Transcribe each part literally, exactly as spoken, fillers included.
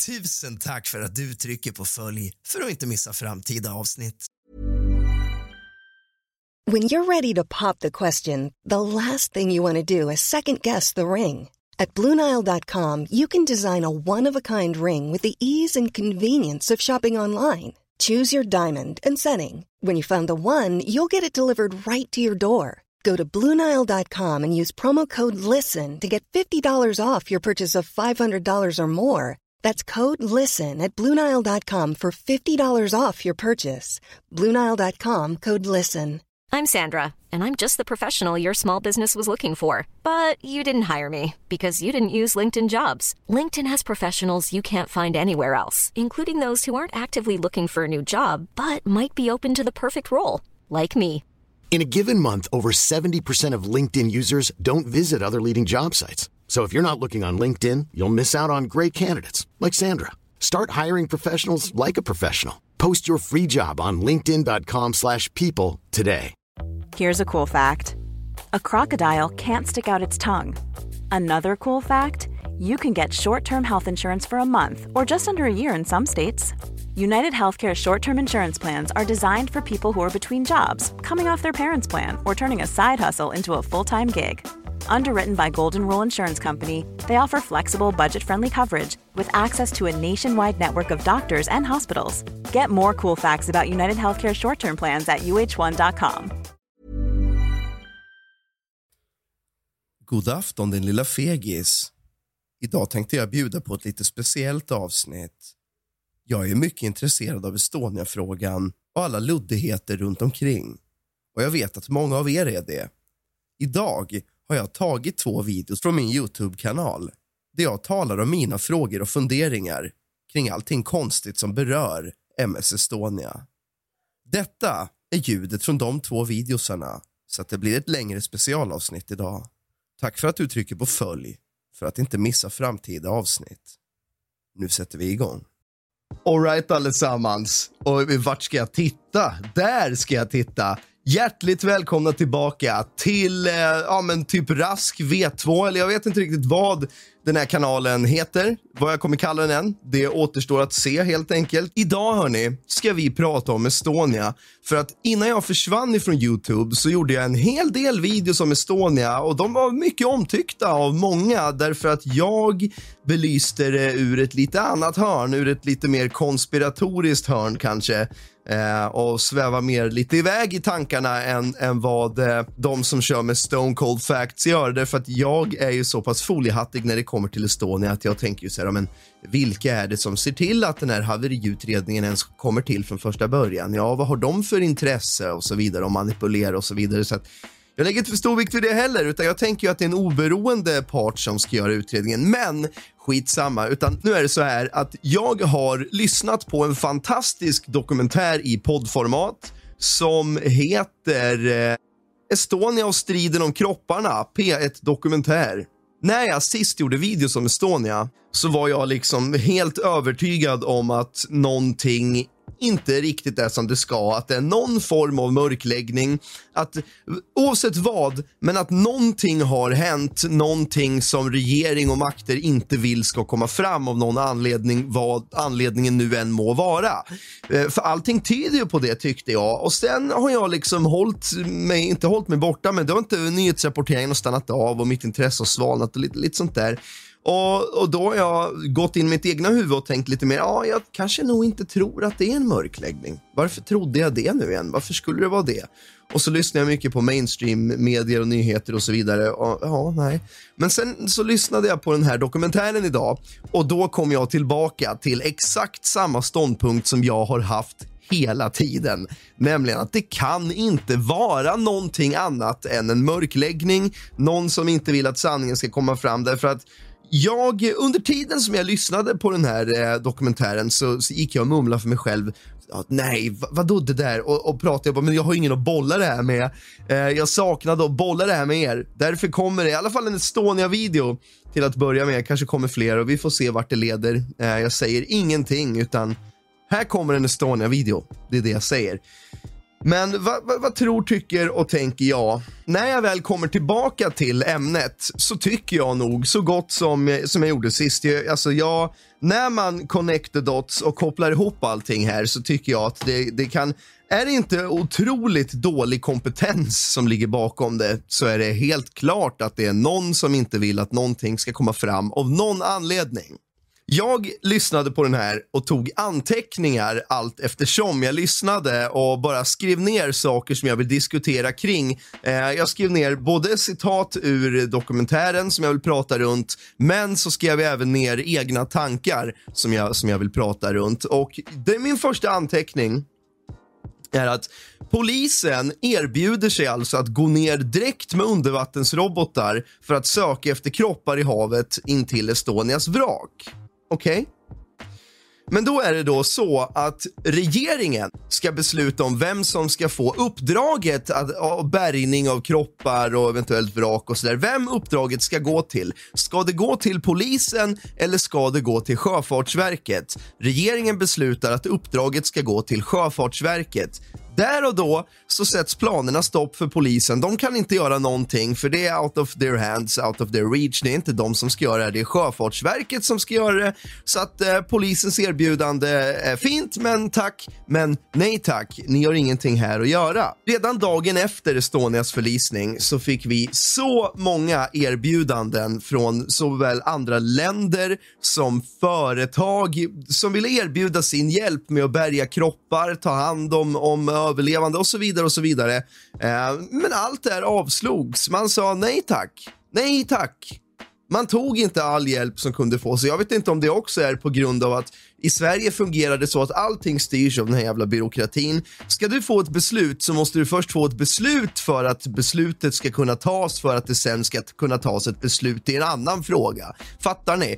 Tusen tack för att du trycker på följ för att inte missa framtida avsnitt. When you're ready to pop the question, the last thing you want to do is second-guess the ring. At Blue Nile dot com, you can design a one-of-a-kind ring with the ease and convenience of shopping online. Choose your diamond and setting. When you find the one, you'll get it delivered right to your door. Go to Blue Nile dot com and use promo code LISTEN to get fifty dollars off your purchase of five hundred dollars or more. That's code LISTEN at Blue Nile dot com for fifty dollars off your purchase. Blue Nile dot com, code LISTEN. I'm Sandra, and I'm just the professional your small business was looking for. But you didn't hire me because you didn't use LinkedIn Jobs. LinkedIn has professionals you can't find anywhere else, including those who aren't actively looking for a new job, but might be open to the perfect role, like me. In a given month, over seventy percent of LinkedIn users don't visit other leading job sites. So if you're not looking on LinkedIn, you'll miss out on great candidates like Sandra. Start hiring professionals like a professional. Post your free job on linkedin dot com slash people today. Here's a cool fact. A crocodile can't stick out its tongue. Another cool fact, you can get short-term health insurance for a month or just under a year in some states. United Healthcare short-term insurance plans are designed for people who are between jobs, coming off their parents' plan, or turning a side hustle into a full-time gig. Underwritten by Golden Rule Insurance Company, they offer flexible, budget-friendly coverage with access to a nationwide network of doctors and hospitals. Get more cool facts about United Healthcare short-term plans at u h one dot com. God afton, din lilla fegis. Idag tänkte jag bjuda på ett lite speciellt avsnitt. Jag är mycket intresserad av Estonia-frågan och alla luddigheter runt omkring. Och jag vet att många av er är det. Idag har jag tagit två videos från min YouTube-kanal där jag talar om mina frågor och funderingar kring allting konstigt som berör M S Estonia. Detta är ljudet från de två videosarna, så att det blir ett längre specialavsnitt idag. Tack för att du trycker på följ för att inte missa framtida avsnitt. Nu sätter vi igång. All right allesammans. Och vart ska jag titta? Där ska jag titta. Hjärtligt välkomna tillbaka till eh, ja, men typ Rask V två, eller jag vet inte riktigt vad den här kanalen heter, vad jag kommer kalla den än. Det återstår att se helt enkelt. Idag hörni, ska vi prata om Estonia. För att innan jag försvann ifrån YouTube så gjorde jag en hel del videos om Estonia och de var mycket omtyckta av många därför att jag belyste det ur ett lite annat hörn, ur ett lite mer konspiratoriskt hörn kanske. Eh, och sväva mer lite iväg i tankarna än, än vad eh, de som kör med Stone Cold Facts gör. Därför att jag är ju så pass foliehattig när det kommer till Estonia att jag tänker ju så här, men vilka är det som ser till att den här haveriutredningen ens kommer till från första början? Ja, vad har de för intresse och så vidare och manipulera och så vidare. Så att jag lägger inte för stor vikt vid det heller, utan jag tänker ju att det är en oberoende part som ska göra utredningen. Men skitsamma, utan nu är det så här att jag har lyssnat på en fantastisk dokumentär i poddformat som heter eh, Estonia och striden om kropparna, P ett dokumentär. När jag sist gjorde videos om Estonia så var jag liksom helt övertygad om att någonting inte riktigt är som det ska, att det är någon form av mörkläggning, att oavsett vad, men att någonting har hänt, någonting som regering och makter inte vill ska komma fram av någon anledning, vad anledningen nu än må vara. För allting tyder ju på det, tyckte jag, och sen har jag liksom hållit mig, inte hållit mig borta, men det har inte nyhetsrapporteringen och stannat av och mitt intresse har svalnat och lite, lite sånt där. Och, och då har jag gått in i mitt egna huvud och tänkt lite mer, ja, jag kanske nog inte tror att det är en mörkläggning. Varför trodde jag det nu igen? Varför skulle det vara det? Och så lyssnar jag mycket på mainstream medier och nyheter och så vidare. Och, ja, nej. Men sen så lyssnade jag på den här dokumentären idag och då kom jag tillbaka till exakt samma ståndpunkt som jag har haft hela tiden, nämligen att det kan inte vara någonting annat än en mörkläggning, någon som inte vill att sanningen ska komma fram, därför att jag, under tiden som jag lyssnade på den här eh, dokumentären så, så gick jag och mumlade för mig själv, att nej, vad, vadå det där? Och, och pratade jag bara, men jag har ingen att bolla det här med. Eh, jag saknade att bolla det här med er. Därför kommer det i alla fall en Estonia-video till att börja med. Kanske kommer fler och vi får se vart det leder. Eh, jag säger ingenting, utan här kommer en Estonia-video. Det är det jag säger. Men vad, vad, vad tror, tycker och tänker jag? När jag väl kommer tillbaka till ämnet så tycker jag nog så gott som, som jag gjorde sist. Jag, alltså jag, när man connect the dots och kopplar ihop allting här så tycker jag att det, det kan... Är det inte otroligt dålig kompetens som ligger bakom det, så är det helt klart att det är någon som inte vill att någonting ska komma fram av någon anledning. Jag lyssnade på den här och tog anteckningar allt eftersom jag lyssnade och bara skrev ner saker som jag vill diskutera kring. Eh, jag skrev ner både citat ur dokumentären som jag vill prata runt, men så skrev jag även ner egna tankar som jag, som jag vill prata runt. Och det är min första anteckning är att polisen erbjuder sig alltså att gå ner direkt med undervattensrobotar för att söka efter kroppar i havet in till Estonias vrak. Okej? Okay. Men då är det då så att regeringen ska besluta om vem som ska få uppdraget av bärgning av kroppar och eventuellt vrak och sådär. Vem uppdraget ska gå till. Ska det gå till polisen eller ska det gå till Sjöfartsverket? Regeringen beslutar att uppdraget ska gå till Sjöfartsverket. Där och då så sätts planerna stopp för polisen. De kan inte göra någonting för det är out of their hands, out of their reach. Det är inte de som ska göra det, det är Sjöfartsverket som ska göra det. Så att eh, polisens erbjudande är fint, men tack, men nej tack. Ni har ingenting här att göra. Redan dagen efter Estonias förlisning så fick vi så många erbjudanden från såväl andra länder som företag som ville erbjuda sin hjälp med att bärga kroppar, ta hand om, om överlevande och så vidare och så vidare. Eh, men allt där avslogs. Man sa nej tack. Nej tack. Man tog inte all hjälp som kunde få. Så jag vet inte om det också är på grund av att i Sverige fungerar det så att allting styrs av den här jävla byråkratin. Ska du få ett beslut så måste du först få ett beslut för att beslutet ska kunna tas, för att det sen ska kunna tas ett beslut i en annan fråga. Fattar ni?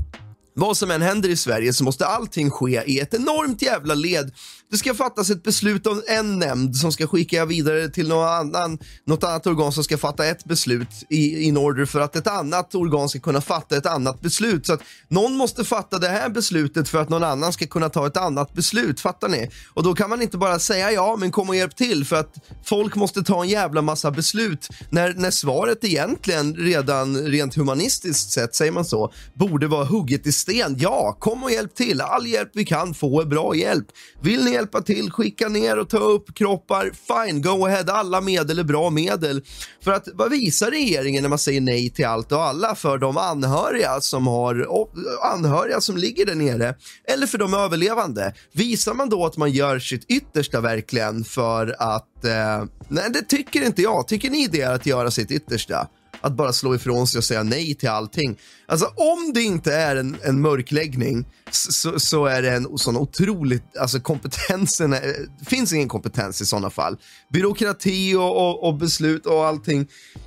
Vad som än händer i Sverige så måste allting ske i ett enormt jävla led. Det ska fattas ett beslut av en nämnd som ska skicka vidare till någon annan, något annat organ som ska fatta ett beslut i in order för att ett annat organ ska kunna fatta ett annat beslut. Så att någon måste fatta det här beslutet för att någon annan ska kunna ta ett annat beslut, fattar ni? Och då kan man inte bara säga ja, men kom och hjälp till, för att folk måste ta en jävla massa beslut när, när svaret egentligen redan rent humanistiskt sett, säger man så, borde vara hugget i sten. Ja, kom och hjälp till. All hjälp vi kan få är bra hjälp. Vill ni hjälpa till, skicka ner och ta upp kroppar, fine, go ahead. Alla medel är bra medel. För att vad visar regeringen när man säger nej till allt och alla? För de anhöriga som har anhöriga som ligger där nere, eller för de överlevande. Visar man då att man gör sitt yttersta verkligen för att eh, nej, det tycker inte jag. Tycker ni det är att göra sitt yttersta? Att bara slå ifrån sig och säga nej till allting. Alltså om det inte är en, en mörkläggning så, så är det en sån otroligt, alltså kompetensen, det finns ingen kompetens i sådana fall. Byråkrati och, och, och beslut och allting.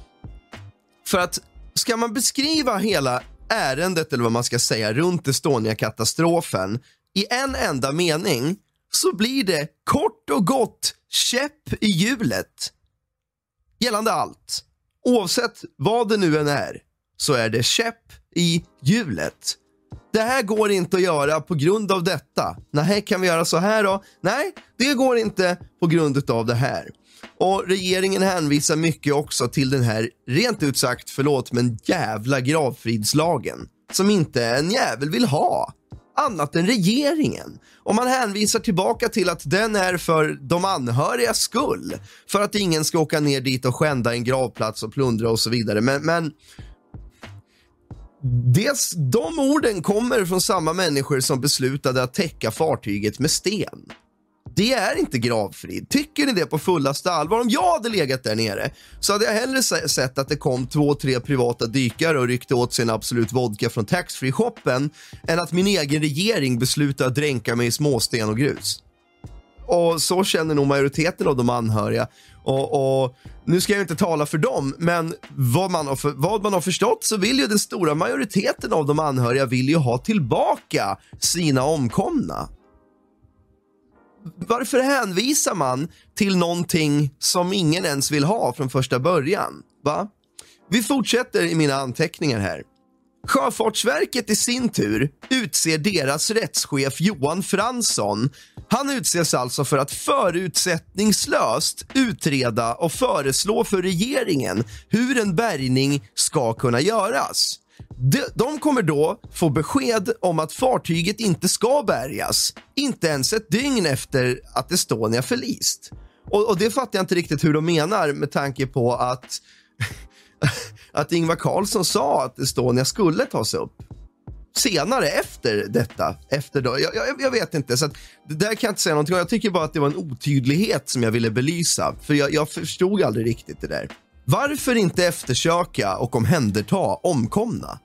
För att ska man beskriva hela ärendet, eller vad man ska säga, runt Estonia-katastrofen i en enda mening, så blir det kort och gott käpp i hjulet. Gällande allt. Oavsett vad det nu än är, så är det käpp i hjulet. Det här går inte att göra på grund av detta. Nej, kan vi göra så här då? Nej, det går inte på grund av det här. Och regeringen hänvisar mycket också till den här, rent ut sagt, förlåt, men jävla gravfridslagen. Som inte en jävel vill ha. Annat än regeringen. Och man hänvisar tillbaka till att den är för de anhörigas skull. För att ingen ska åka ner dit och skända en gravplats och plundra och så vidare. Men, men dels, de orden kommer från samma människor som beslutade att täcka fartyget med sten. Det är inte gravfrid. Tycker ni det på fullaste allvar? Om jag hade legat där nere så hade jag hellre sett att det kom två, tre privata dykare och ryckte åt sig en absolut vodka från taxfree-shoppen än att min egen regering beslutade att dränka mig i småsten och grus. Och så känner nog majoriteten av de anhöriga. Och, och nu ska jag inte tala för dem, men vad man, har för, vad man har förstått så vill ju den stora majoriteten av de anhöriga vill ju ha tillbaka sina omkomna. Varför hänvisar man till någonting som ingen ens vill ha från första början? Va? Vi fortsätter i mina anteckningar här. Sjöfartsverket i sin tur utser deras rättschef Johan Fransson. Han utses alltså för att förutsättningslöst utreda och föreslå för regeringen hur en bärgning ska kunna göras. De, de kommer då få besked om att fartyget inte ska bärgas, inte ens ett dygn efter att Estonia förlist. Och, och det fattar jag inte riktigt hur de menar, med tanke på att att Ingvar Carlsson sa att Estonia skulle tas upp senare efter detta. Efter då. Jag, jag, jag vet inte, så att det där kan jag inte säga någonting. Jag tycker bara att det var en otydlighet som jag ville belysa, för jag, jag förstod aldrig riktigt det där. Varför inte eftersöka och omhänderta omkomna?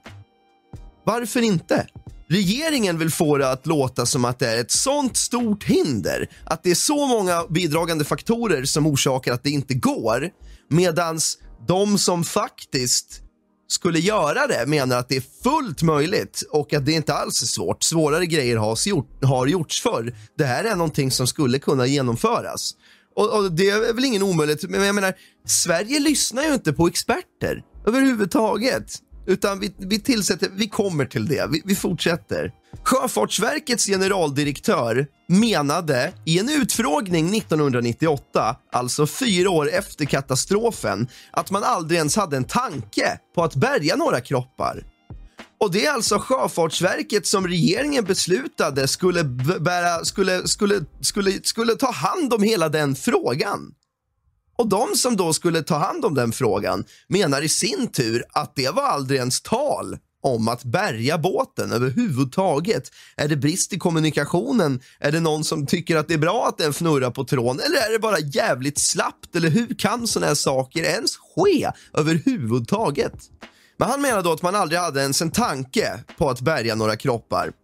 Varför inte? Regeringen vill få det att låta som att det är ett sånt stort hinder, att det är så många bidragande faktorer som orsakar att det inte går, medans de som faktiskt skulle göra det menar att det är fullt möjligt och att det inte alls är svårt. Svårare grejer har, gjort, har gjorts förr. Det här är någonting som skulle kunna genomföras. Och, och det är väl ingen omöjligt, men jag menar, Sverige lyssnar ju inte på experter överhuvudtaget. Utan vi, vi tillsätter, vi kommer till det, vi, vi fortsätter. Sjöfartsverkets generaldirektör menade i en utfrågning nittonhundranittioåtta, alltså fyra år efter katastrofen, att man aldrig ens hade en tanke på att bärga några kroppar. Och det är alltså Sjöfartsverket som regeringen beslutade skulle, bära, skulle, skulle, skulle, skulle ta hand om hela den frågan. Och de som då skulle ta hand om den frågan menar i sin tur att det var aldrig ens tal om att bärga båten överhuvudtaget. Är det brist i kommunikationen? Är det någon som tycker att det är bra att den fnurrar på tråden? Eller är det bara jävligt slappt? Eller hur kan såna här saker ens ske överhuvudtaget? Men han menar då att man aldrig hade ens en tanke på att bärga några kroppar.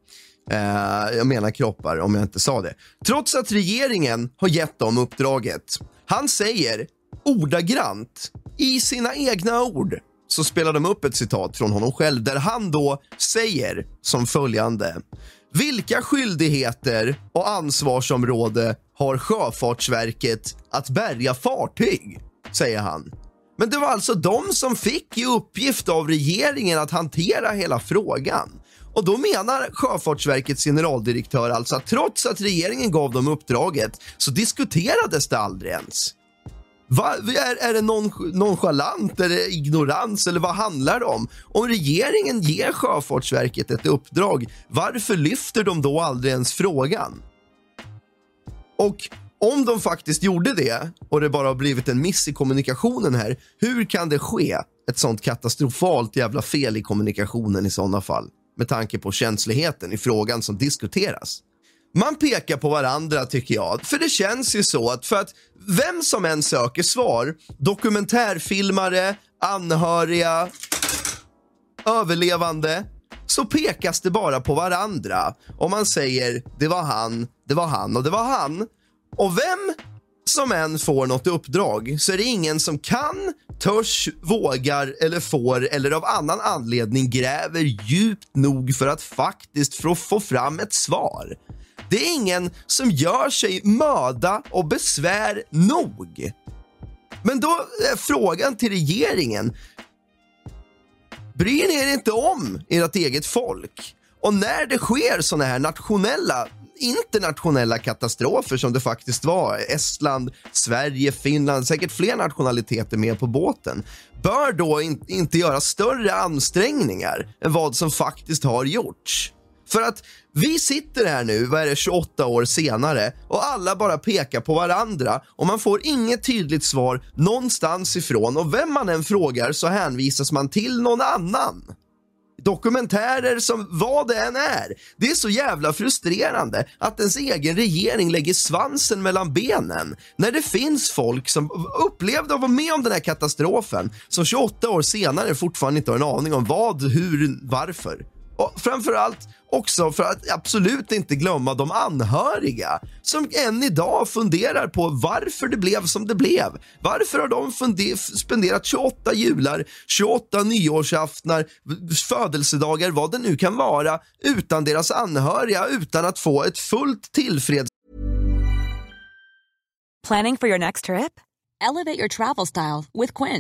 Eh, jag menar kroppar, om jag inte sa det. Trots att regeringen har gett dem uppdraget. Han säger ordagrant, i sina egna ord, så spelar de upp ett citat från honom själv där han då säger som följande: vilka skyldigheter och ansvarsområde har Sjöfartsverket att bärga fartyg, säger han. Men det var alltså de som fick i uppgift av regeringen att hantera hela frågan. Och då menar Sjöfartsverkets generaldirektör alltså att trots att regeringen gav dem uppdraget så diskuterades det aldrig ens. Va, är, är det non, nonchalant, är det ignorans eller vad handlar det om? Om regeringen ger Sjöfartsverket ett uppdrag, varför lyfter de då aldrig ens frågan? Och om de faktiskt gjorde det och det bara har blivit en miss i kommunikationen här, hur kan det ske ett sånt katastrofalt jävla fel i kommunikationen i sådana fall? Med tanke på känsligheten i frågan som diskuteras. Man pekar på varandra tycker jag. För det känns ju så att för att vem som än söker svar, dokumentärfilmare, anhöriga, överlevande, så pekas det bara på varandra. Och man säger det var han, det var han och det var han. Och vem som än får något uppdrag så är det ingen som kan, törs, vågar eller får eller av annan anledning gräver djupt nog för att faktiskt få, få fram ett svar. Det är ingen som gör sig möda och besvär nog. Men då är frågan till regeringen: bryr ni er inte om ert eget folk? Och när det sker såna här nationella, internationella katastrofer som det faktiskt var, Estland, Sverige, Finland, säkert fler nationaliteter med på båten, bör då in, inte göra större ansträngningar än vad som faktiskt har gjorts. För att vi sitter här nu, vad är det, tjugoåtta år senare, och alla bara pekar på varandra och man får inget tydligt svar någonstans ifrån, och vem man än frågar så hänvisas man till någon annan. Dokumentärer som vad det än är. Det är så jävla frustrerande att ens egen regering lägger svansen mellan benen när det finns folk som upplevde att vara med om den här katastrofen som tjugoåtta år senare fortfarande inte har en aning om vad, hur, varför. Och framförallt också för att absolut inte glömma de anhöriga som än idag funderar på varför det blev som det blev. Varför har de funder- spenderat tjugoåtta jular, tjugoåtta nyårsaftnar, födelsedagar, vad det nu kan vara, utan deras anhöriga, utan att få ett fullt tillfreds... Planning for your next trip? Elevate your travel style with Quince.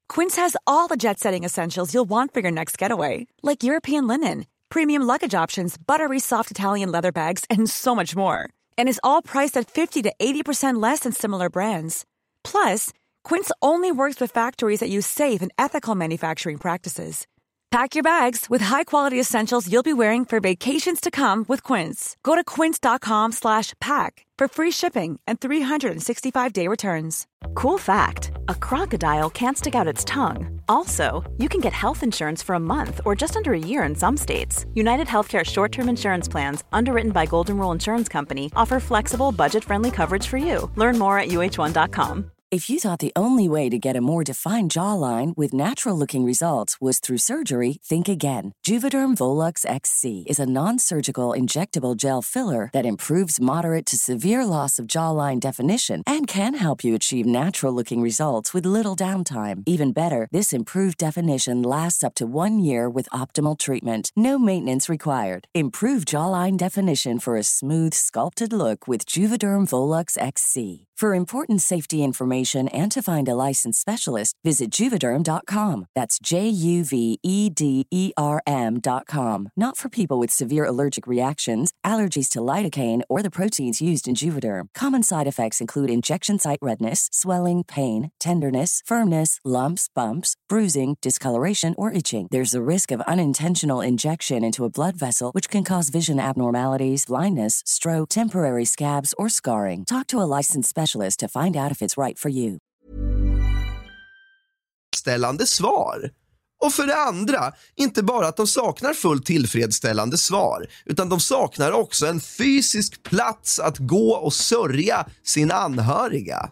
Quince has all the jet-setting essentials you'll want for your next getaway, like European linen, premium luggage options, buttery soft Italian leather bags, and so much more. And is all priced at fifty to eighty percent less than similar brands. Plus, Quince only works with factories that use safe and ethical manufacturing practices. Pack your bags with high-quality essentials you'll be wearing for vacations to come with Quince. Go to quince.com slash pack for free shipping and three sixty-five day returns. Cool fact, a crocodile can't stick out its tongue. Also, you can get health insurance for a month or just under a year in some states. United Healthcare short-term insurance plans, underwritten by Golden Rule Insurance Company, offer flexible, budget-friendly coverage for you. Learn more at U H one dot com. If you thought the only way to get a more defined jawline with natural-looking results was through surgery, think again. Juvederm Volux X C is a non-surgical injectable gel filler that improves moderate to severe loss of jawline definition and can help you achieve natural-looking results with little downtime. Even better, this improved definition lasts up to one year with optimal treatment. No maintenance required. Improve jawline definition for a smooth, sculpted look with Juvederm Volux X C. For important safety information and to find a licensed specialist, visit Juvederm dot com. That's J U V E D E R M dot com. Not for people with severe allergic reactions, allergies to lidocaine, or the proteins used in Juvederm. Common side effects include injection site redness, swelling, pain, tenderness, firmness, lumps, bumps, bruising, discoloration, or itching. There's a risk of unintentional injection into a blood vessel, which can cause vision abnormalities, blindness, stroke, temporary scabs, or scarring. Talk to a licensed specialist to find out if it's right for you. Ställande svar. Och för det andra, inte bara att de saknar fullt tillfredsställande svar, utan de saknar också en fysisk plats att gå och sörja sin anhöriga.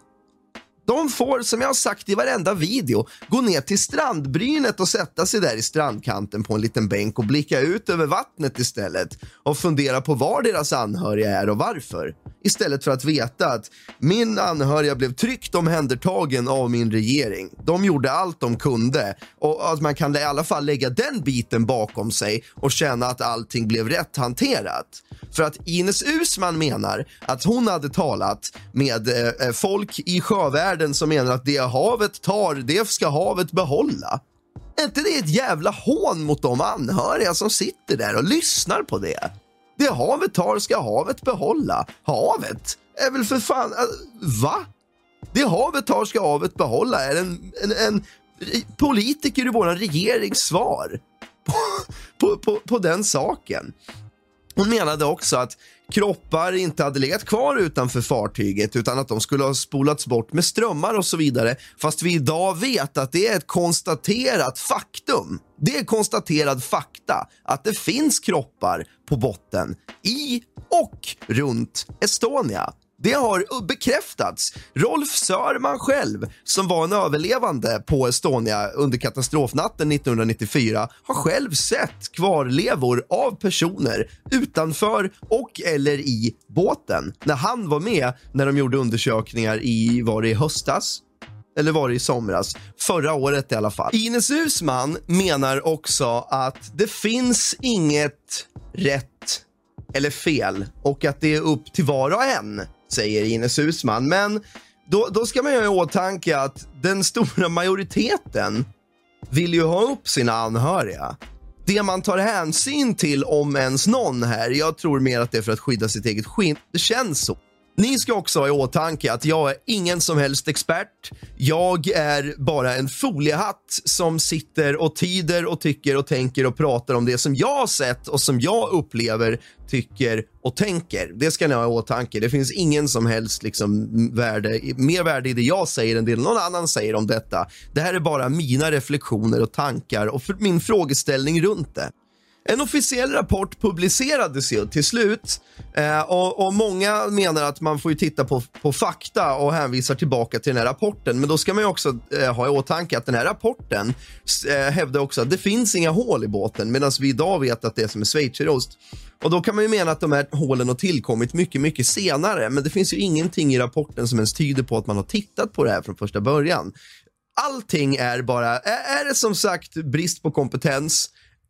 De får, som jag har sagt i varenda video, gå ner till strandbrynet och sätta sig där i strandkanten på en liten bänk och blicka ut över vattnet istället och fundera på var deras anhöriga är och varför. Istället för att veta att min anhöriga blev tryggt omhändertagen av min regering. De gjorde allt de kunde och att man kan i alla fall lägga den biten bakom sig och känna att allting blev rätt hanterat. För att Ines Uusmann menar att hon hade talat med eh, folk i sjövärlden som menar att det havet tar, det ska havet behålla. Är inte det ett jävla hån mot de anhöriga som sitter där och lyssnar på det? Det havet tar ska havet behålla. Havet är väl för fan... Va? Det havet tar ska havet behålla är en, en, en politiker i våran regerings svar på, på, på, på den saken. Hon menade också att kroppar inte hade legat kvar utanför fartyget utan att de skulle ha spolats bort med strömmar och så vidare. Fast vi idag vet att det är ett konstaterat faktum. Det är konstaterad fakta att det finns kroppar på botten i och runt Estonia. Det har bekräftats. Rolf Sörman själv, som var en överlevande på Estonia under katastrofnatten nittonhundranittiofyra, har själv sett kvarlevor av personer utanför och eller i båten. När han var med när de gjorde undersökningar i, var det i höstas? Eller var det i somras? Förra året i alla fall. Ines Uusmann menar också att det finns inget rätt eller fel och att det är upp till var och en, säger Ines Uusmann. Men då, då ska man ju ha i åtanke att den stora majoriteten vill ju ha upp sina anhöriga. Det man tar hänsyn till om ens någon här, jag tror mer att det är för att skydda sitt eget skinn. Det känns så. Ni ska också ha i åtanke att jag är ingen som helst expert. Jag är bara en foliehatt som sitter och tyder och tycker och tänker och pratar om det som jag har sett och som jag upplever, tycker och tänker. Det ska ni ha i åtanke. Det finns ingen som helst liksom värde, mer värde i det jag säger än det någon annan säger om detta. Det här är bara mina reflektioner och tankar och för min frågeställning runt det. En officiell rapport publicerades ju till slut eh, och, och många menar att man får ju titta på, på fakta och hänvisar tillbaka till den här rapporten. Men då ska man ju också eh, ha i åtanke att den här rapporten eh, hävdar också att det finns inga hål i båten, medan vi idag vet att det är som är schweizerost. Och då kan man ju mena att de här hålen har tillkommit mycket, mycket senare. Men det finns ju ingenting i rapporten som ens tyder på att man har tittat på det här från första början. Allting är bara, är, är det som sagt brist på kompetens?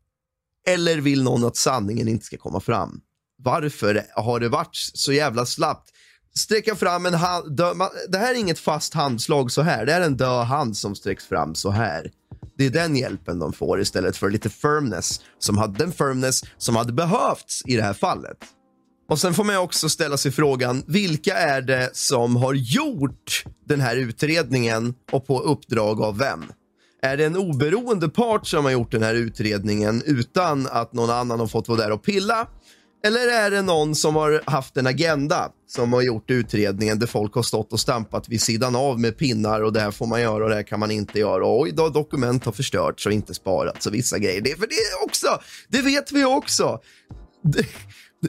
Eller vill någon att sanningen inte ska komma fram? Varför har det varit så jävla slappt? sträcka fram en hand. Dö, man, det här är inget fast handslag så här. Det är en död hand som sträcks fram så här. Det är den hjälpen de får istället för lite firmness som hade den firmness som hade behövts i det här fallet. Och sen får man också ställa sig frågan, vilka är det som har gjort den här utredningen och på uppdrag av vem? Är det en oberoende part som har gjort den här utredningen utan att någon annan har fått vara där och pilla? Eller är det någon som har haft en agenda som har gjort utredningen där folk har stått och stampat vid sidan av med pinnar och det här får man göra och det här kan man inte göra. Och idag dokument har förstörts och inte sparats och vissa grejer. Det, för det är också, det vet vi också. Det, det,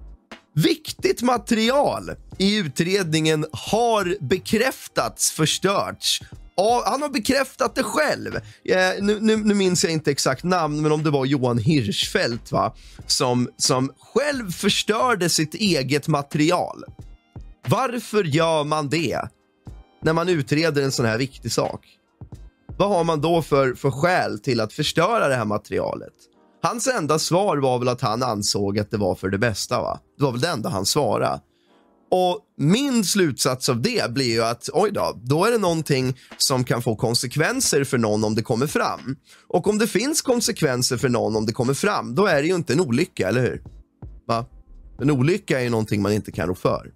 viktigt material i utredningen har bekräftats, förstörts. Ja, han har bekräftat det själv. Eh, nu, nu, nu minns jag inte exakt namn, men om det var Johan Hirschfeldt va? Som, som själv förstörde sitt eget material. Varför gör man det när man utreder en sån här viktig sak? Vad har man då för, för skäl till att förstöra det här materialet? Hans enda svar var väl att han ansåg att det var för det bästa va? Det var väl det enda han svarade. Och min slutsats av det blir ju att oj då, då är det någonting som kan få konsekvenser för någon om det kommer fram. Och om det finns konsekvenser för någon om det kommer fram, då är det ju inte en olycka, eller hur? Va? En olycka är ju någonting man inte kan rå för.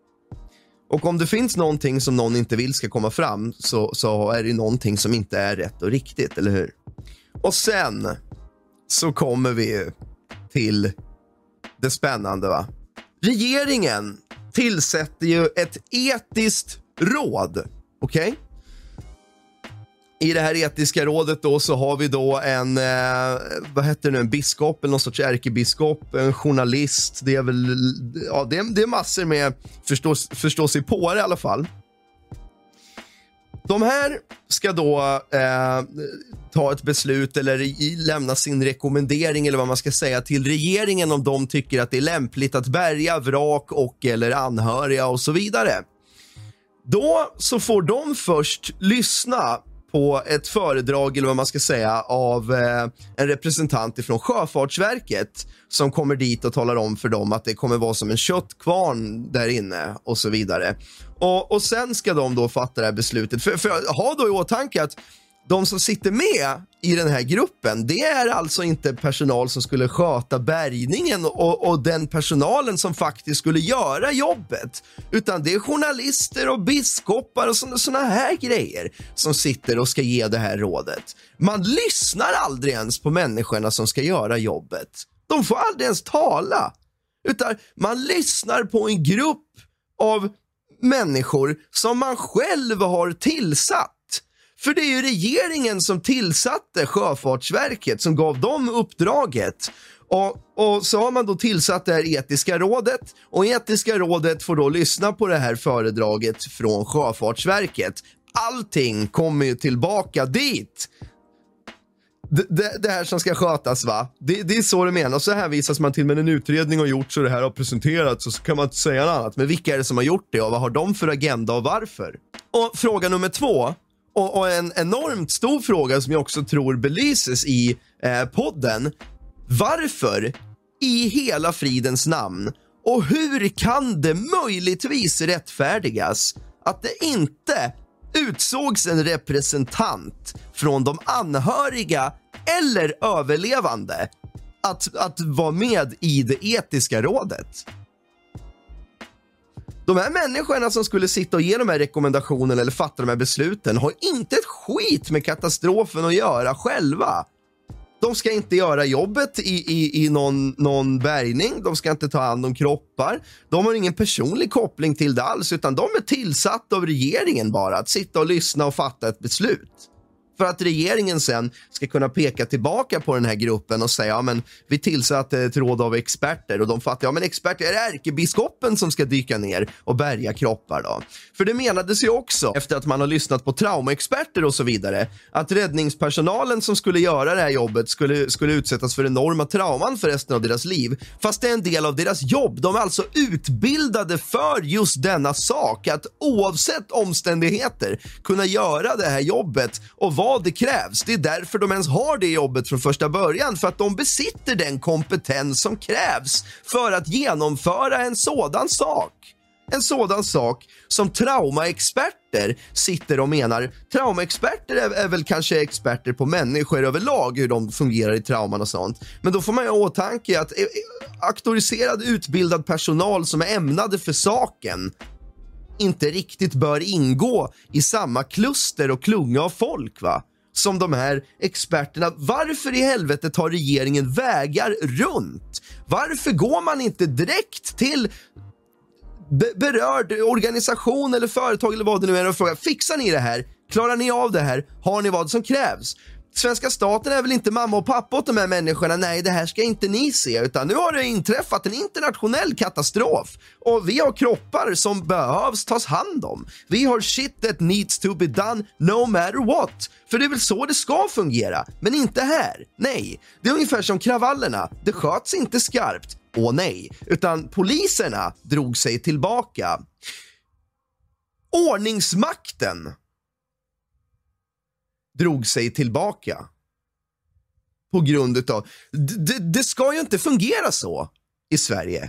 Och om det finns någonting som någon inte vill ska komma fram så, så är det ju någonting som inte är rätt och riktigt, eller hur? Och sen så kommer vi ju till det spännande va? Regeringen tillsätter ju ett etiskt råd, okej? Okay? I det här etiska rådet då så har vi då en, eh, vad heter det nu, en biskop eller någon sorts ärkebiskop, en journalist, det är väl, ja det är, det är massor med förstå, förstå sig på det i alla fall. De här ska då eh, ta ett beslut eller i, lämna sin rekommendering eller vad man ska säga till regeringen om de tycker att det är lämpligt att bärga vrak och eller anhöriga och så vidare. Då så får de först lyssna på ett föredrag eller vad man ska säga av eh, en representant ifrån Sjöfartsverket som kommer dit och talar om för dem att det kommer vara som en köttkvarn där inne och så vidare. Och, och sen ska de då fatta det här beslutet. För, för ha då i åtanke att de som sitter med i den här gruppen, det är alltså inte personal som skulle sköta bärgningen och, och den personalen som faktiskt skulle göra jobbet. Utan det är journalister och biskopar och sådana här grejer som sitter och ska ge det här rådet. Man lyssnar aldrig ens på människorna som ska göra jobbet. De får aldrig ens tala. Utan man lyssnar på en grupp av människor som man själv har tillsatt. För det är ju regeringen som tillsatte Sjöfartsverket som gav dem uppdraget. Och, och så har man då tillsatt det här etiska rådet. Och etiska rådet får då lyssna på det här föredraget från Sjöfartsverket. Allting kommer ju tillbaka dit. Det, det, det här som ska skötas va? Det, det är så det menas. Så här visas man till med en utredning och gjort så det här har presenterats. Och så kan man inte säga något annat. Men vilka är det som har gjort det och vad har de för agenda och varför? Och fråga nummer två. Och, och en enormt stor fråga som jag också tror belyses i eh, podden. Varför i hela fridens namn och hur kan det möjligtvis rättfärdigas att det inte utsågs en representant från de anhöriga eller överlevande att, att vara med i det etiska rådet? De här människorna som skulle sitta och ge de här rekommendationerna eller fatta de här besluten har inte ett skit med katastrofen att göra själva. De ska inte göra jobbet i, i, i någon, någon bärgning. De ska inte ta hand om kroppar. De har ingen personlig koppling till det alls utan de är tillsatta av regeringen bara att sitta och lyssna och fatta ett beslut. För att regeringen sen ska kunna peka tillbaka på den här gruppen och säga ja men vi tillsatte ett råd av experter och de fattar ja men experter är det ärkebiskopen som ska dyka ner och bärga kroppar då. För det menades ju också efter att man har lyssnat på traumaexperter och så vidare att räddningspersonalen som skulle göra det här jobbet skulle, skulle utsättas för enorma trauman för resten av deras liv. Fast det är en del av deras jobb. De är alltså utbildade för just denna sak att oavsett omständigheter kunna göra det här jobbet och vad det krävs. Det är därför de ens har det jobbet från första början. För att de besitter den kompetens som krävs för att genomföra en sådan sak. En sådan sak som traumaexperter sitter och menar. Traumaexperter är, är väl kanske experter på människor överlag, hur de fungerar i trauman och sånt. Men då får man ju ha åtanke att eh, auktoriserad utbildad personal som är ämnade för saken inte riktigt bör ingå i samma kluster och klunga av folk, va? Som de här experterna. Varför i helvete tar regeringen vägar runt? Varför går man inte direkt till be- berörd organisation eller företag eller vad det nu är och frågar, fixar ni det här? Klarar ni av det här? Har ni vad som krävs? Svenska staten är väl inte mamma och pappa åt de här människorna? Nej, det här ska inte ni se, utan nu har det inträffat en internationell katastrof och vi har kroppar som behövs tas hand om. Vi har shit that needs to be done no matter what. För det är väl så det ska fungera, men inte här. Nej, det är ungefär som kravallerna. Det sköts inte skarpt. Åh nej, utan poliserna drog sig tillbaka. Ordningsmakten drog sig tillbaka på grund utav det, det ska ju inte fungera så i Sverige.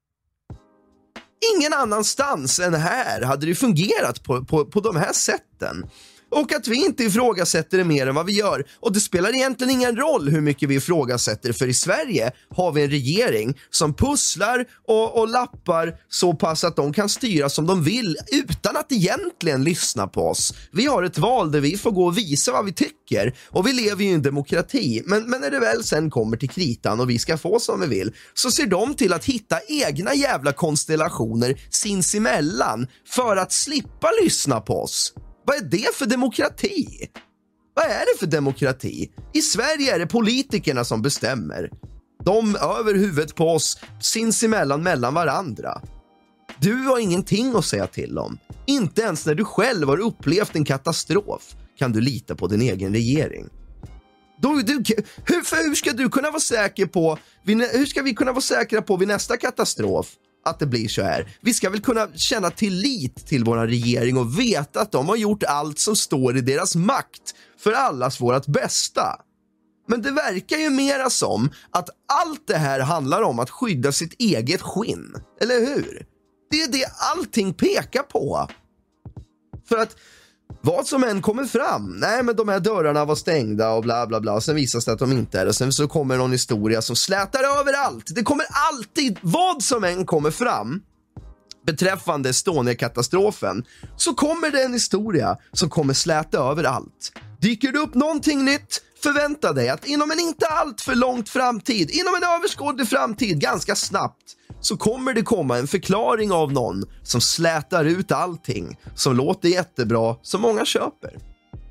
Ingen annanstans än här hade det fungerat på, på, på de här sätten. Och att vi inte ifrågasätter det mer än vad vi gör. Och det spelar egentligen ingen roll hur mycket vi ifrågasätter. För i Sverige har vi en regering som pusslar och, och lappar så pass att de kan styra som de vill utan att egentligen lyssna på oss. Vi har ett val där vi får gå och visa vad vi tycker. Och vi lever ju i en demokrati. Men, men när det väl sen kommer till kritan och vi ska få som vi vill, så ser de till att hitta egna jävla konstellationer sinsemellan för att slippa lyssna på oss. Vad är det för demokrati? Vad är det för demokrati? I Sverige är det politikerna som bestämmer. De över huvudet på oss, sinsemellan mellan varandra. Du har ingenting att säga till om. Inte ens när du själv har upplevt en katastrof kan du lita på din egen regering. Då, du, hur, för hur ska du kunna vara säker på, hur ska vi kunna vara säkra på vid nästa katastrof att det blir så här? Vi ska väl kunna känna tillit till vår regering och veta att de har gjort allt som står i deras makt för allas vårat bästa. Men det verkar ju mera som att allt det här handlar om att skydda sitt eget skinn. Eller hur? Det är det allting pekar på. För att vad som än kommer fram, nej men de här dörrarna var stängda och bla bla bla, och sen visas det att de inte är, och sen så kommer någon historia som slätar över allt. Det kommer alltid, vad som än kommer fram beträffande Estonia-katastrofen, så kommer det en historia som kommer släta över allt. Dyker det upp någonting nytt, förvänta dig att inom en inte allt för långt framtid, inom en överskådlig framtid, ganska snabbt, så kommer det komma en förklaring av någon som slätar ut allting, som låter jättebra, som många köper.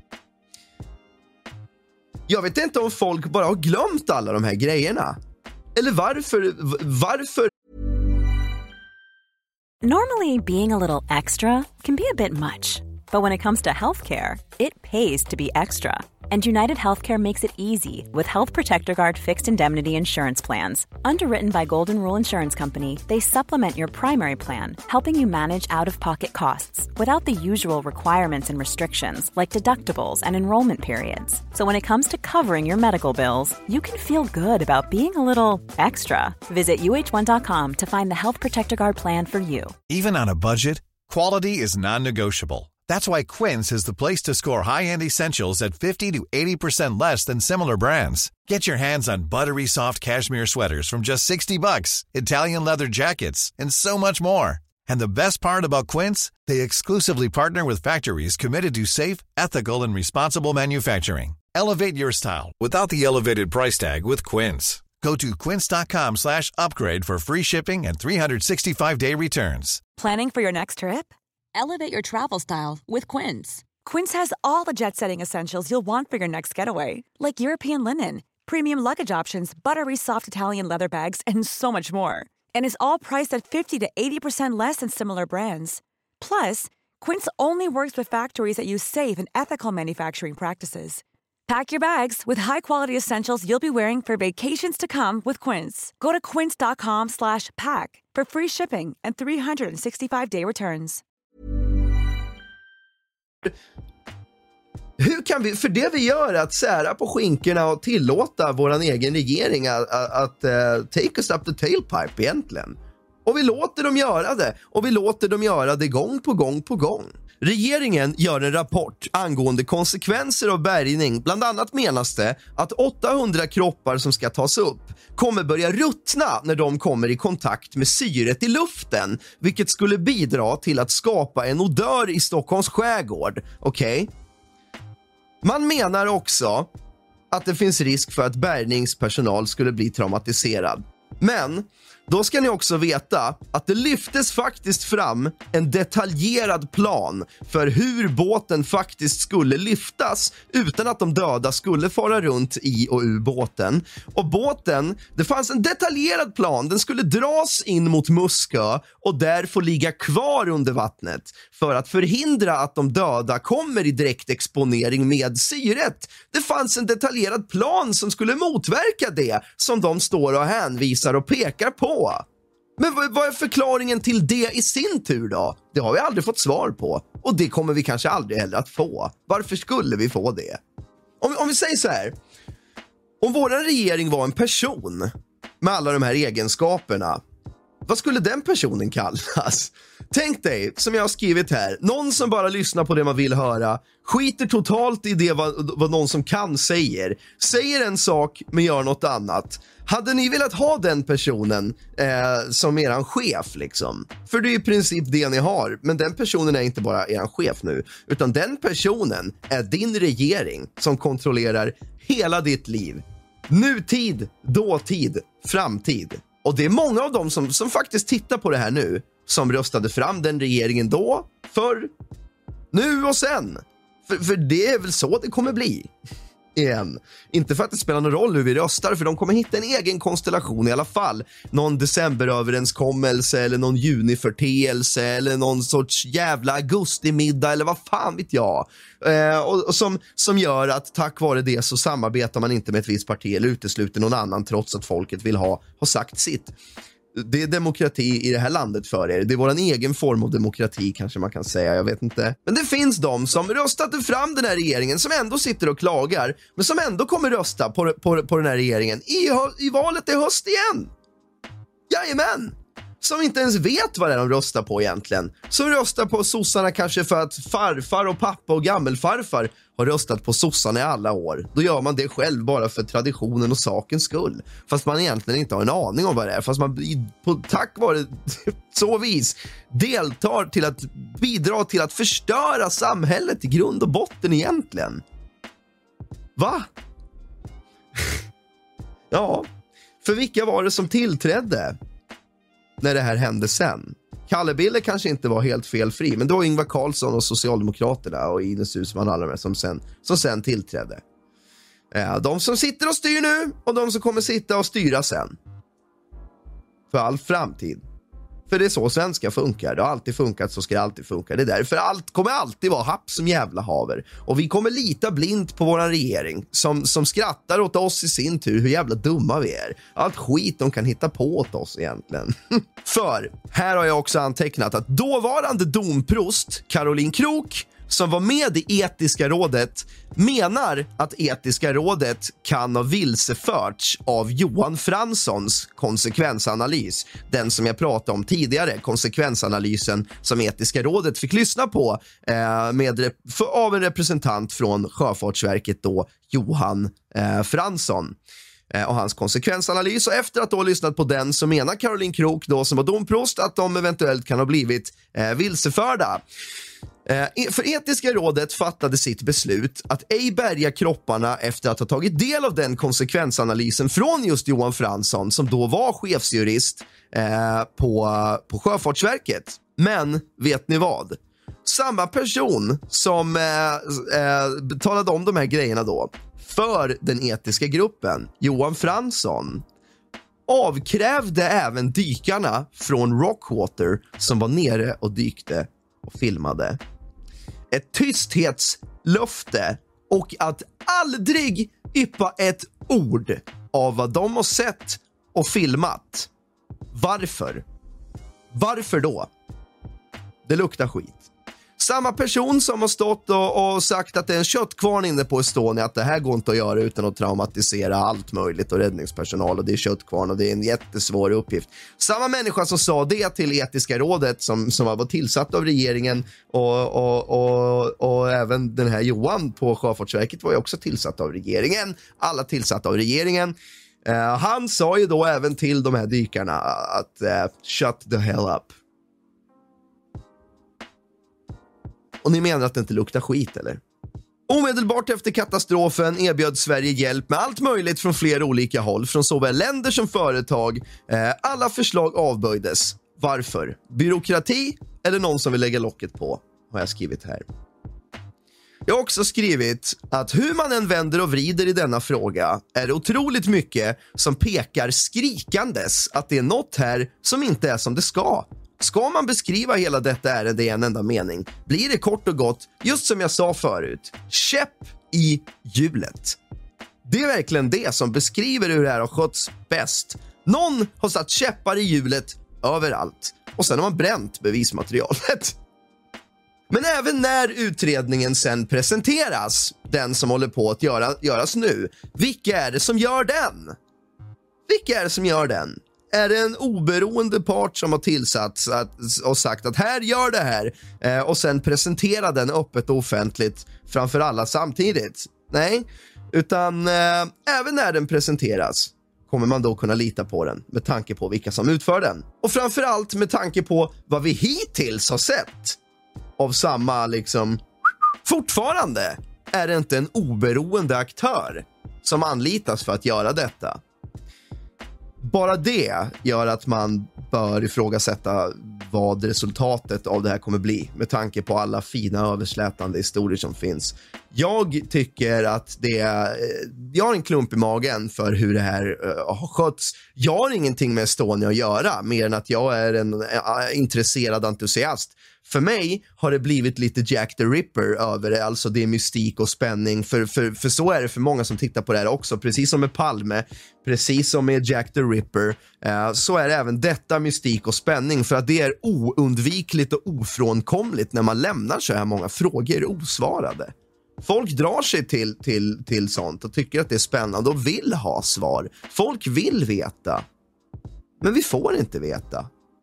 Jag vet inte om folk bara har glömt alla de här grejerna. Eller varför, varför? Normally, being a little extra can be a bit much. But when it comes to healthcare, it pays to be extra. And United Healthcare makes it easy with Health Protector Guard fixed indemnity insurance plans. Underwritten by Golden Rule Insurance Company, they supplement your primary plan, helping you manage out-of-pocket costs without the usual requirements and restrictions like deductibles and enrollment periods. So when it comes to covering your medical bills, you can feel good about being a little extra. Visit U H one dot com to find the Health Protector Guard plan for you. Even on a budget, quality is non-negotiable. That's why Quince is the place to score high-end essentials at fifty to eighty percent less than similar brands. Get your hands on buttery soft cashmere sweaters from just sixty bucks, Italian leather jackets, and so much more. And the best part about Quince, they exclusively partner with factories committed to safe, ethical, and responsible manufacturing. Elevate your style without the elevated price tag with Quince. Go to quince.com slash upgrade for free shipping and three sixty-five day returns. Planning for your next trip? Elevate your travel style with Quince. Quince has all the jet-setting essentials you'll want for your next getaway, like European linen, premium luggage options, buttery soft Italian leather bags, and so much more. And is all priced at fifty to eighty percent less than similar brands. Plus, Quince only works with factories that use safe and ethical manufacturing practices. Pack your bags with high-quality essentials you'll be wearing for vacations to come with Quince. Go to quince.com slash pack for free shipping and three sixty-five day returns. Hur kan vi, för det vi gör är att sära på skinkorna och tillåta våran egen regering att, att, att uh, take us up the tailpipe egentligen. Och vi låter dem göra det. Och vi låter dem göra det gång på gång på gång. Regeringen gör en rapport angående konsekvenser av bärgning. Bland annat menas det att åttahundra kroppar som ska tas upp kommer börja ruttna när de kommer i kontakt med syret i luften, vilket skulle bidra till att skapa en odör i Stockholms skärgård. Okej? Okay? Man menar också att det finns risk för att bärgningspersonal skulle bli traumatiserad. Men då ska ni också veta att det lyftes faktiskt fram en detaljerad plan för hur båten faktiskt skulle lyftas utan att de döda skulle fara runt i och ur båten. Och båten, det fanns en detaljerad plan. Den skulle dras in mot Muskö och där få ligga kvar under vattnet för att förhindra att de döda kommer i direkt exponering med syret. Det fanns en detaljerad plan som skulle motverka det som de står och hänvisar och pekar på. Men vad är förklaringen till det i sin tur då? Det har vi aldrig fått svar på. Och det kommer vi kanske aldrig heller att få. Varför skulle vi få det? Om, om vi säger så här. Om vår regering var en person med alla de här egenskaperna, vad skulle den personen kallas? Tänk dig, som jag har skrivit här, någon som bara lyssnar på det man vill höra, skiter totalt i det vad, vad någon som kan säger, säger en sak men gör något annat. Hade ni velat ha den personen eh, som eran chef liksom? För det är i princip det ni har, men den personen är inte bara eran chef nu, utan den personen är din regering som kontrollerar hela ditt liv. Nutid, dåtid, framtid. Och det är många av dem som, som faktiskt tittar på det här nu som röstade fram den regeringen då, för nu och sen. För, för det är väl så det kommer bli. Igen. Inte för att det spelar någon roll hur vi röstar, för de kommer hitta en egen konstellation i alla fall. Någon decemberöverenskommelse eller någon juniförteelse eller någon sorts jävla augustimiddag eller vad fan vet jag. Eh, och, och som, som gör att tack vare det så samarbetar man inte med ett visst parti eller utesluter någon annan trots att folket vill ha, ha sagt sitt. Det är demokrati i det här landet för er. Det är våran egen form av demokrati kanske man kan säga, jag vet inte. Men det finns de som röstade fram den här regeringen som ändå sitter och klagar, men som ändå kommer rösta på, på, på den här regeringen i, i valet i höst igen. Jajamän! Som inte ens vet vad det är de röstar på egentligen. Som röstar på sossarna kanske för att farfar och pappa och gammelfarfar har röstat på sossarna i alla år. Då gör man det själv bara för traditionen och sakens skull. Fast man egentligen inte har en aning om vad det är. Fast man på, tack vare så vis deltar till att bidra till att förstöra samhället i grund och botten egentligen. Va? Ja, för vilka var det som tillträdde när det här hände sen? Kalle Bille kanske inte var helt felfri, men då var Ingvar Carlsson och Socialdemokraterna och Ines Uusmann alla med som sen, som sen tillträdde. Eh, de som sitter och styr nu och de som kommer sitta och styra sen. För all framtid. För det är så svenska funkar. Det har alltid funkat, så ska det alltid funka. Det är därför allt kommer alltid vara happ som jävla haver. Och vi kommer lita blint på våran regering som, som skrattar åt oss i sin tur hur jävla dumma vi är. Allt skit de kan hitta på åt oss egentligen. För här har jag också antecknat att dåvarande domprost Caroline Krook, som var med i etiska rådet, menar att etiska rådet kan ha vilseförts av Johan Franssons konsekvensanalys. Den som jag pratade om tidigare, konsekvensanalysen som etiska rådet fick lyssna på eh, med, för, av en representant från Sjöfartsverket då, Johan eh, Fransson. Och hans konsekvensanalys, och efter att då ha lyssnat på den så menar Caroline Krook då som var domprost att de eventuellt kan ha blivit eh, vilseförda. Eh, för etiska rådet fattade sitt beslut att ej bärga kropparna efter att ha tagit del av den konsekvensanalysen från just Johan Fransson som då var chefsjurist eh, på, på Sjöfartsverket. Men vet ni vad? Samma person som eh, eh, talade om de här grejerna då för den etiska gruppen, Johan Fransson, avkrävde även dykarna från Rockwater som var nere och dykte och filmade ett tysthetslöfte och att aldrig yppa ett ord av vad de har sett och filmat. Varför? Varför då? Det luktar skit. Samma person som har stått och, och sagt att det är en köttkvarn inne på Estonia, att det här går inte att göra utan att traumatisera allt möjligt och räddningspersonal, och det är köttkvarn och det är en jättesvår uppgift. Samma människa som sa det till Etiska rådet som, som var tillsatt av regeringen och, och, och, och även den här Johan på Sjöfartsverket var ju också tillsatt av regeringen. Alla tillsatt av regeringen. Uh, han sa ju då även till de här dykarna att uh, shut the hell up. Och ni menar att det inte luktar skit, eller? Omedelbart efter katastrofen erbjöd Sverige hjälp med allt möjligt från flera olika håll, från såväl länder som företag. Uh, alla förslag avböjdes. Varför? Byråkrati eller någon som vill lägga locket på, har jag skrivit här. Jag har också skrivit att hur man än vänder och vrider i denna fråga är det otroligt mycket som pekar skrikandes att det är något här som inte är som det ska. Ska man beskriva hela detta ärende i en enda mening blir det kort och gott, just som jag sa förut, käpp i hjulet. Det är verkligen det som beskriver hur det här har skötts bäst. Någon har satt käppar i hjulet överallt och sen har man bränt bevismaterialet. Men även när utredningen sen presenteras, den som håller på att göra, göras nu, vilka är det som gör den? Vilka är det som gör den? Är det en oberoende part som har tillsatts att, och sagt att här gör det här eh, och sen presentera den öppet och offentligt framför alla samtidigt? Nej, utan eh, även när den presenteras kommer man då kunna lita på den med tanke på vilka som utför den. Och framförallt med tanke på vad vi hittills har sett av samma liksom. Fortfarande är det inte en oberoende aktör som anlitas för att göra detta. Bara det gör att man bör ifrågasätta vad resultatet av det här kommer bli med tanke på alla fina överslätande historier som finns. Jag tycker att det är, jag har en klump i magen för hur det här uh, har skötts. Jag har ingenting med Estonia att göra mer än att jag är en uh, intresserad entusiast. För mig har det blivit lite Jack the Ripper över det, alltså det är mystik och spänning, för, för, för så är det för många som tittar på det här också, precis som med Palme, precis som med Jack the Ripper, eh, så är det även detta mystik och spänning, för att det är oundvikligt och ofrånkomligt när man lämnar så här många frågor osvarade. Folk drar sig till, till, till sånt och tycker att det är spännande och vill ha svar. Folk vill veta, men vi får inte veta.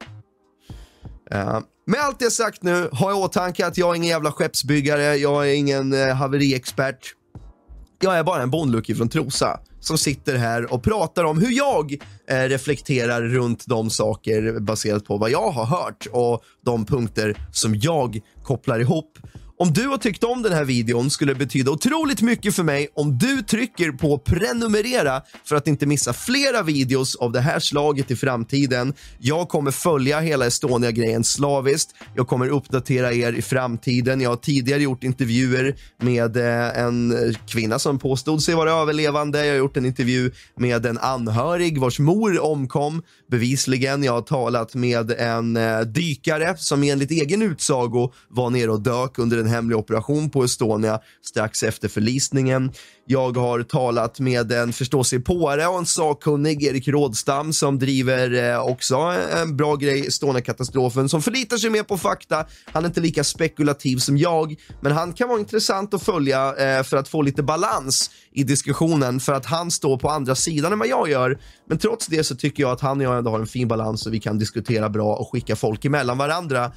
Uh, med allt det sagt nu har jag åtanke att jag är ingen jävla skeppsbyggare, jag är ingen uh, haveriexpert. Jag är bara en bondlucki från Trosa som sitter här och pratar om hur jag uh, reflekterar runt de saker baserat på vad jag har hört och de punkter som jag kopplar ihop. Om du har tyckt om den här videon skulle det betyda otroligt mycket för mig om du trycker på prenumerera för att inte missa flera videos av det här slaget i framtiden. Jag kommer följa hela Estonia-grejen slaviskt. Jag kommer uppdatera er i framtiden. Jag har tidigare gjort intervjuer med en kvinna som påstod sig vara överlevande. Jag har gjort en intervju med en anhörig vars mor omkom bevisligen. Jag har talat med en dykare som enligt egen utsago var nere och dök under en hemlig operation på Estonia strax efter förlisningen. Jag har talat med en förståsigpåare och en sakkunnig, Erik Rådstam, som driver eh, också en bra grej, Estonia-katastrofen, som förlitar sig mer på fakta. Han är inte lika spekulativ som jag, men han kan vara intressant att följa eh, för att få lite balans i diskussionen, för att han står på andra sidan än vad jag gör. Men trots det så tycker jag att han och jag ändå har en fin balans och vi kan diskutera bra och skicka folk emellan varandra.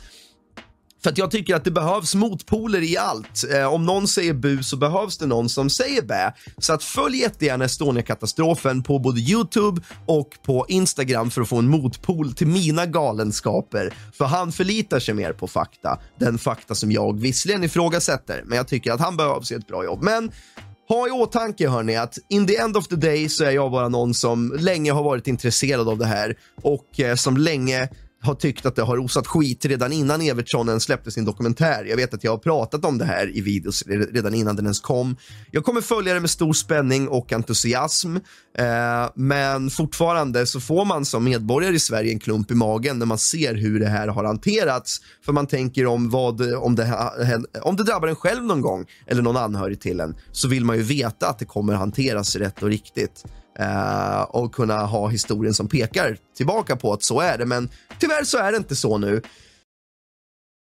För att jag tycker att det behövs motpoler i allt. Eh, om någon säger bu så behövs det någon som säger bä. Så att följ jättegärna Estonia-katastrofen på både YouTube och på Instagram för att få en motpol till mina galenskaper. För han förlitar sig mer på fakta. Den fakta som jag visserligen ifrågasätter. Men jag tycker att han behövs i ett bra jobb. Men ha i åtanke hörni att in the end of the day så är jag bara någon som länge har varit intresserad av det här. Och eh, som länge har tyckt att det har rosat skit redan innan Evertsson släppte sin dokumentär. Jag vet att jag har pratat om det här i videos redan innan den ens kom. Jag kommer följa det med stor spänning och entusiasm. Eh, men fortfarande så får man som medborgare i Sverige en klump i magen när man ser hur det här har hanterats. För man tänker om vad om det, om det drabbar en själv någon gång eller någon anhörig till en, så vill man ju veta att det kommer hanteras rätt och riktigt. Uh, och kunna ha historien som pekar tillbaka på att så är det, men tyvärr så är det inte så nu.